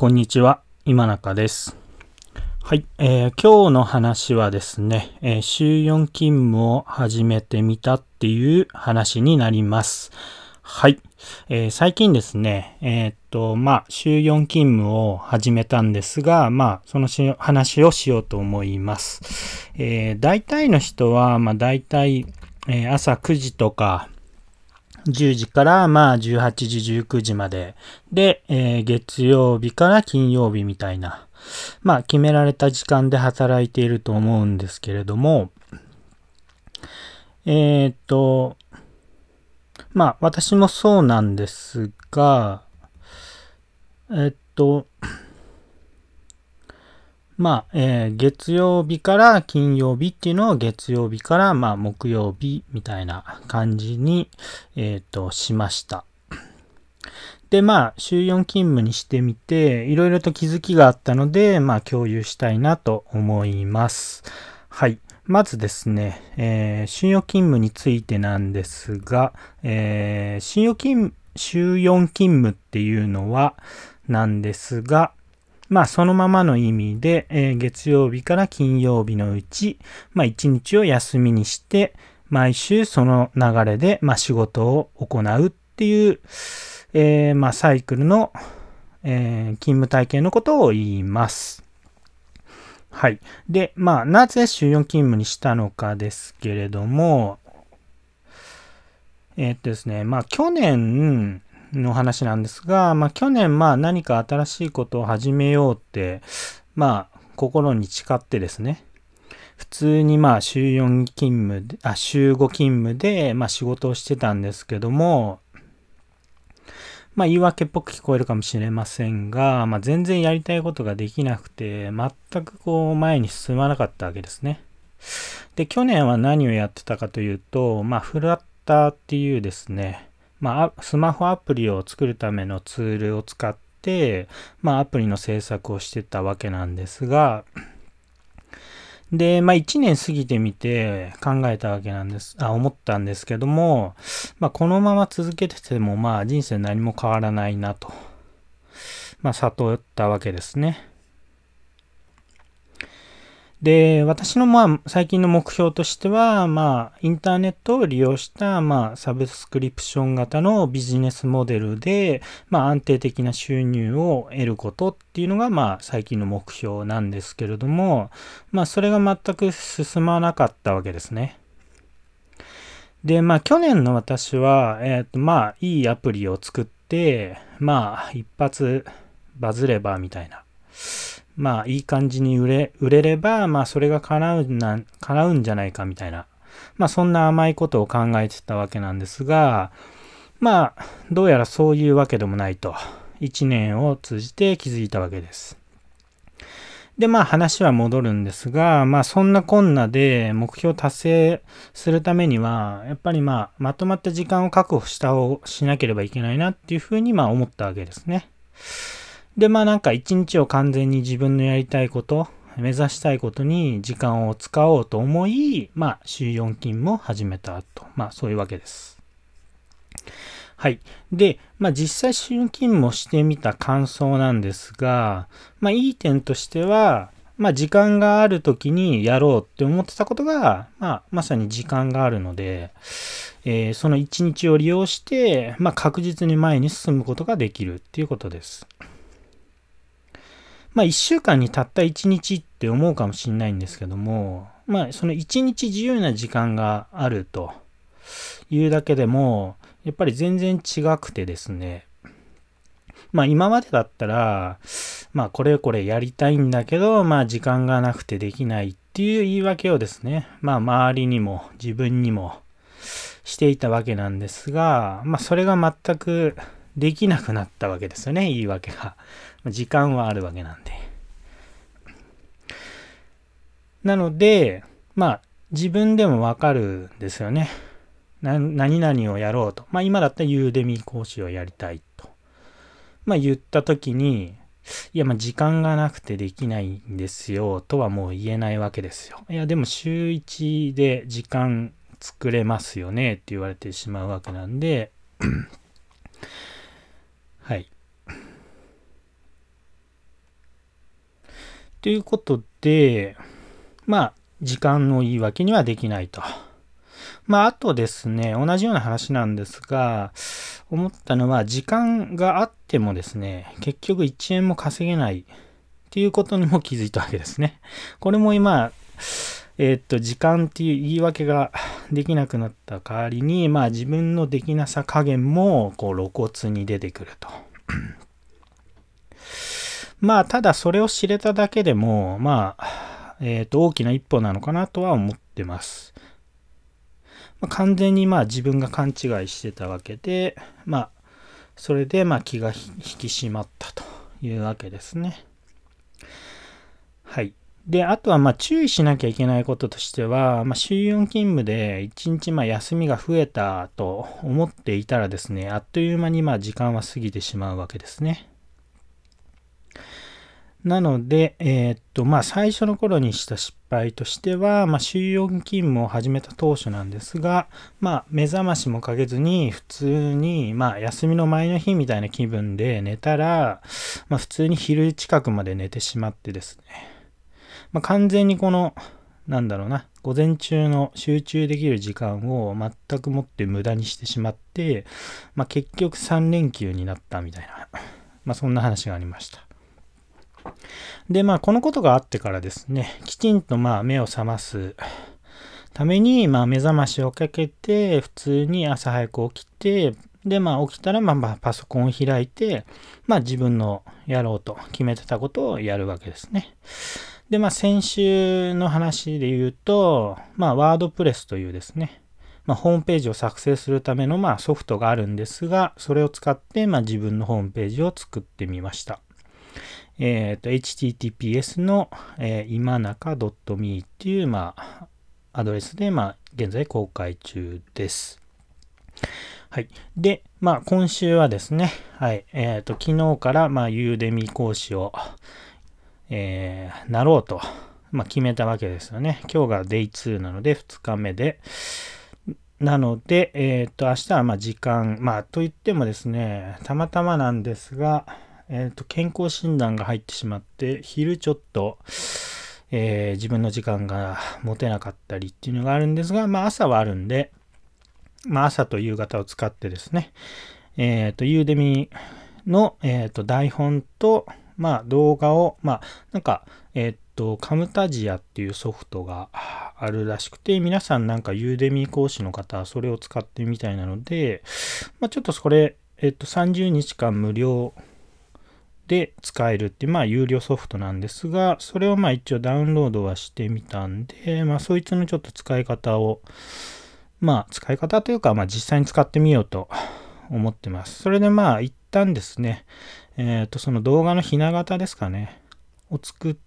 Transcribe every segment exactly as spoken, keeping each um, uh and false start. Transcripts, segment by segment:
こんにちは、今中です。はい、えー今日の話はですね、えー週よん勤務を始めてみたっていう話になります。はい、えー最近ですね、えーっと、まあ、週よん勤務を始めたんですが、まあ、そのし話をしようと思います。えー大体の人は、まあ、大体、えー朝くじとか、じゅうじからまあじゅうはちじ、じゅうくじまで。で、えー月曜日から金曜日みたいな。まあ決められた時間で働いていると思うんですけれども、えーっと、まあ私もそうなんですが、えーっと、まあ、えー月曜日から金曜日っていうのを月曜日からまあ木曜日みたいな感じに、えーっと、しました。で、まあ、週よん勤務にしてみて、いろいろと気づきがあったので、まあ、共有したいなと思います。はい。まずですね、えー、週よん勤務についてなんですが、えー、週よん勤、週よん勤務っていうのは、なんですが、まあ、そのままの意味で、えー月曜日から金曜日のうち、まあ、いちにちを休みにして、毎週その流れで、まあ、仕事を行うっていう、えー、まあ、サイクルの、えー、勤務体系のことを言います。はい。で、まあ、なぜ週よん勤務にしたのかですけれども、えーっとですね、まあ、去年の話なんですが、まあ、去年、まあ、何か新しいことを始めようって、まあ、心に誓ってですね、普通にまあ、週よん勤務で、あ、週ご勤務で、まあ、仕事をしてたんですけども、まあ言い訳っぽく聞こえるかもしれませんが、まあ全然やりたいことができなくて、全くこう前に進まなかったわけですね。で、去年は何をやってたかというと、まあフラッターっていうですね、まあスマホアプリを作るためのツールを使って、まあアプリの制作をしてたわけなんですが、で、まあ一年過ぎてみて考えたわけなんです、あ、思ったんですけども、まあこのまま続けててもまあ人生何も変わらないなと、まあ悟ったわけですね。で、私のまあ最近の目標としては、まあインターネットを利用したまあサブスクリプション型のビジネスモデルで、まあ安定的な収入を得ることっていうのがまあ最近の目標なんですけれども、まあそれが全く進まなかったわけですね。で、まあ去年の私は、えっとまあいいアプリを作って、まあ一発バズればみたいな。まあいい感じに売れ、売れれば、まあそれが叶うな、叶うんじゃないかみたいな。まあそんな甘いことを考えてたわけなんですが、まあどうやらそういうわけでもないと。一年を通じて気づいたわけです。で、まあ話は戻るんですが、まあそんなこんなで目標達成するためには、やっぱりまあまとまった時間を確保したをしなければいけないなっていうふうにまあ思ったわけですね。で、まあなんか一日を完全に自分のやりたいこと、目指したいことに時間を使おうと思い、まあ週よん勤務を始めたと。まあそういうわけです。はい。で、まあ実際週勤務をしてみた感想なんですが、まあいい点としては、まあ時間がある時にやろうって思ってたことが、まあまさに時間があるので、えーその一日を利用して、まあ確実に前に進むことができるっていうことです。まあ一週間にたった一日って思うかもしれないんですけども、まあその一日自由な時間があるというだけでも、やっぱり全然違くてですね。まあ今までだったら、まあこれこれやりたいんだけど、まあ時間がなくてできないっていう言い訳をですね、まあ周りにも自分にもしていたわけなんですが、まあそれが全くできなくなったわけですよね、言い訳が。時間はあるわけなんで。なので、まあ自分でもわかるんですよね。な何々をやろうと。まあ今だったらユーデミ講師をやりたいと。まあ言った時に、いやまあ時間がなくてできないんですよとはもう言えないわけですよ。いやでも週いちで時間作れますよねって言われてしまうわけなんで、はい。 ということで、まあ、時間の言い訳にはできないと。まあ、あとですね、同じような話なんですが、思ったのは、時間があってもですね、結局いちえんも稼げないっていうことにも気づいたわけですね。これも今、えー、っと、時間っていう言い訳ができなくなった代わりに、まあ自分のできなさ加減も、こう露骨に出てくると。まあ、ただそれを知れただけでも、まあ、えっと、大きな一歩なのかなとは思ってます。まあ、完全にまあ自分が勘違いしてたわけで、まあ、それでまあ気が引き締まったというわけですね。はい。で、あとはまあ注意しなきゃいけないこととしては、まあ、週よん勤務でいちにちまあ休みが増えたと思っていたらですね、あっという間にまあ時間は過ぎてしまうわけですね。なので、えー、っと、まあ、最初の頃にした失敗としては、まあ、週よん勤務を始めた当初なんですが、まあ、目覚ましもかけずに、普通に、まあ、休みの前の日みたいな気分で寝たら、まあ、普通に昼近くまで寝てしまってですね。まあ、完全にこの、なんだろうな、午前中の集中できる時間を全くもって無駄にしてしまって、まあ、結局さん連休になったみたいな、まあ、そんな話がありました。で、まあ、このことがあってからですね、きちんとまあ目を覚ますために、まあ、目覚ましをかけて、普通に朝早く起きて、で、まあ、起きたら、まあ、パソコンを開いて、まあ、自分のやろうと決めてたことをやるわけですね。で、まあ、先週の話で言うと、まあ、ワードプレスというですね、まあ、ホームページを作成するためのまあソフトがあるんですが、それを使って、まあ、自分のホームページを作ってみました。えっと、エイチティーティーピーエス の、えー、今中 .me っていう、まあ、アドレスで、まあ、現在公開中です。はい。で、まあ、今週はですね、はい、えっと、昨日から、まあ、ユーデミ講師を、えー、なろうと、まあ、決めたわけですよね。今日が デイツー なので、ふつかめで、なので、えっと、明日は、まあ、時間、まあ、と言ってもですね、たまたまなんですが、えっと、健康診断が入ってしまって、昼ちょっと、えー、自分の時間が持てなかったりっていうのがあるんですが、まあ朝はあるんで、まあ朝と夕方を使ってですね、えっと、ユーデミの、えっと、台本と、まあ動画を、まあなんか、えっと、カムタジアっていうソフトがあるらしくて、皆さんなんかユーデミ講師の方はそれを使ってみたいなので、まあちょっとそれ、えっと、さんじゅうにちかん無料で使えるっていう、まあ、有料ソフトなんですが、それをまあ一応ダウンロードはしてみたんで、まあ、そいつのちょっと使い方を、まあ、使い方というか、まあ、実際に使ってみようと思ってます。それでまあ、一旦ですね、えっと、その動画のひな形ですかね、を作って、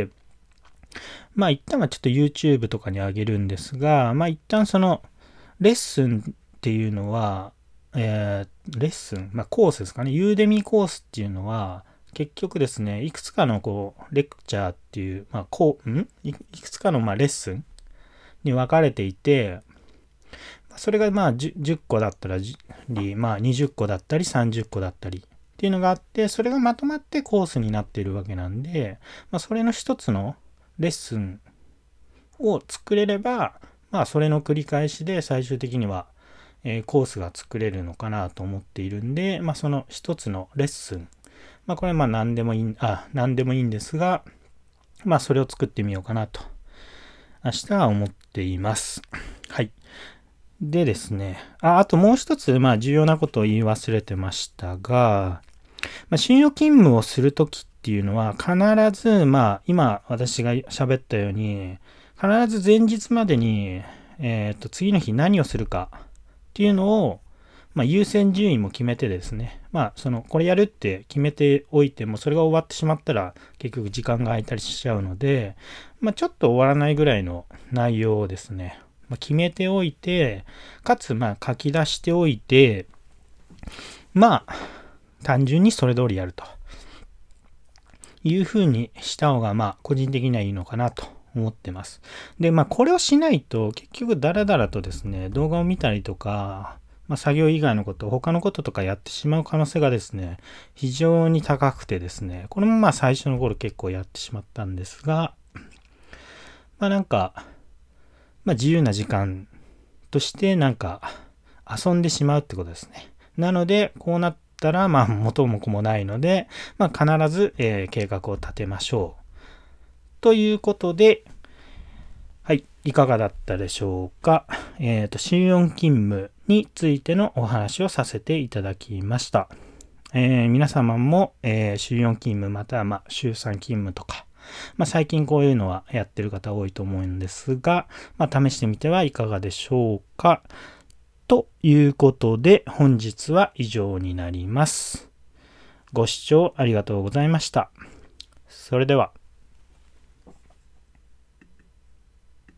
まあ、一旦はちょっと YouTube とかに上げるんですが、まあ、一旦その、レッスンっていうのは、えー、レッスン、まあ、コースですかね。ユーデミコースっていうのは、結局ですね、いくつかのこう、レクチャーっていう、まあ、こう、んいくつかのまあレッスンに分かれていて、それがまあ 10, じゅっこだったり、まあにじゅっこだったりさんじゅっこだったりっていうのがあって、それがまとまってコースになっているわけなんで、まあ、それの一つのレッスンを作れれば、まあそれの繰り返しで最終的にはえー、コースが作れるのかなと思っているんで、まあ、その一つのレッスン、まあ、これはまあ何でもいい、あ、何でもいいんですが、まあ、それを作ってみようかなと、明日は思っています。はい。でですね、あ、あともう一つ、まあ、重要なことを言い忘れてましたが、まあ、信用勤務をするときっていうのは、必ず、まあ、今私が喋ったように、必ず前日までに、えっと、次の日何をするか、っていうのを、まあ、優先順位も決めてですね、まあ、その、これやるって決めておいても、それが終わってしまったら、結局時間が空いたりしちゃうので、まあ、ちょっと終わらないぐらいの内容をですね、まあ、決めておいて、かつ、まあ、書き出しておいて、まあ、単純にそれ通りやるというふうにした方が、まあ、個人的にはいいのかなと思ってます。で、まあ、これをしないと、結局、だらだらとですね、動画を見たりとか、 まあ、作業以外のこと、他のこととかやってしまう可能性がですね、非常に高くてですね、これもまあ最初の頃結構やってしまったんですが、まあなんか、まあ自由な時間としてなんか遊んでしまうってことですね。なので、こうなったら、まあ元も子もないので、まあ必ず、えー計画を立てましょう。ということで、はい、いかがだったでしょうか。えっと、週よん勤務についてのお話をさせていただきました。えー皆様も、えー週よん勤務または、まあ、週さん勤務とか、まあ、最近こういうのはやってる方多いと思うんですが、まあ、試してみてはいかがでしょうか。ということで、本日は以上になります。ご視聴ありがとうございました。それでは。